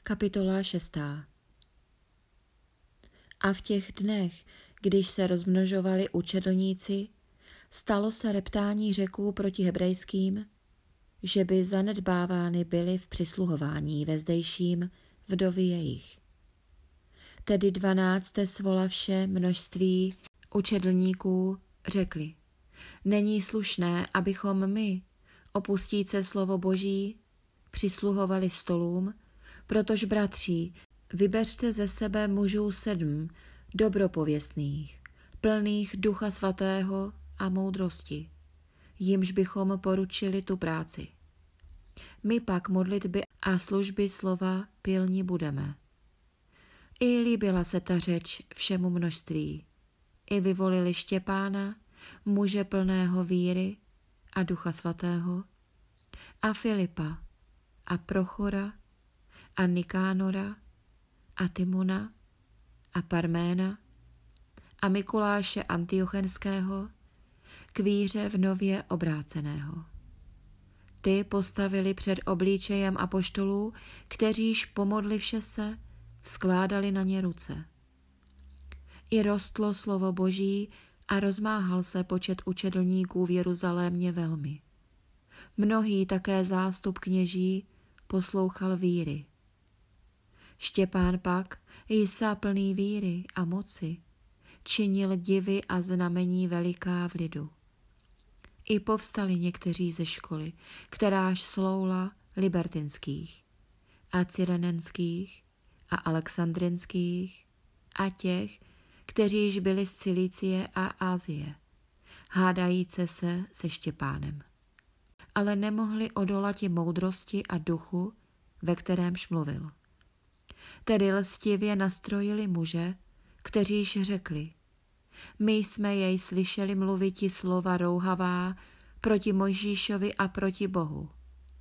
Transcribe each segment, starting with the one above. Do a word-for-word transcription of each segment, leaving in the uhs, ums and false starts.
Kapitola šestá. A v těch dnech, když se rozmnožovali učedlníci, stalo se reptání Řeků proti hebrejským, že by zanedbávány byly v přisluhování ve zdejším vdovy jejich. Tedy dvanácté svolavše množství učedlníků řekli: Není slušné, abychom my, opustíce slovo Boží, přisluhovali stolům, protož, bratří, vybeřte ze sebe mužů sedm, dobropověstných, plných Ducha Svatého a moudrosti, jimž bychom poručili tu práci. My pak modlitby a služby slova pilni budeme. I líbila se ta řeč všemu množství. I vyvolili Štěpána, muže plného víry a Ducha Svatého, a Filipa, a Prochora, a Nikánora, a Timona, a Parména, a Mikuláše Antiochenského, k víře v nově obráceného. Ty postavili před obličejem apoštolů, kteříž pomodlivše se, vzkládali na ně ruce. I rostlo slovo Boží a rozmáhal se počet učedlníků v Jeruzalémě velmi. Mnohý také zástup kněží poslouchal víry. Štěpán pak, jisa plný víry a moci, činil divy a znamení veliká v lidu. I povstali někteří ze školy, kteráž sloula libertinských a cyrenenských a alexandrinských a těch, kteříž byli z Cilície a Asie, hádajíce se se Štěpánem. Ale nemohli odolati moudrosti a duchu, ve kterémž mluvil. Tedy lstivě nastrojili muže, kteříž řekli: My jsme jej slyšeli mluviti slova rouhavá proti Mojžíšovi a proti Bohu.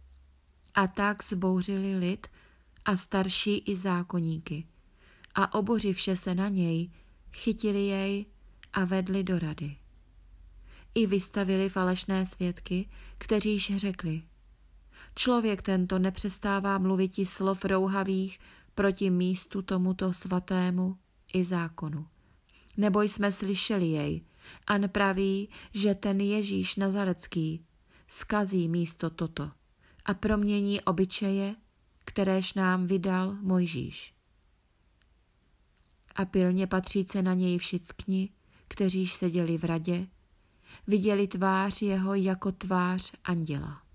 A tak zbouřili lid a starší i zákoníky a obořivše se na něj, chytili jej a vedli do rady. I vystavili falešné svědky, kteříž řekli: Člověk tento nepřestává mluviti slov rouhavých proti místu tomuto svatému i zákonu. Nebo jsme slyšeli jej, an praví, že ten Ježíš Nazarecký skazí místo toto a promění obyčeje, kteréž nám vydal Mojžíš. A pilně patříce na něj všichni, kteříž seděli v radě, viděli tvář jeho jako tvář anděla.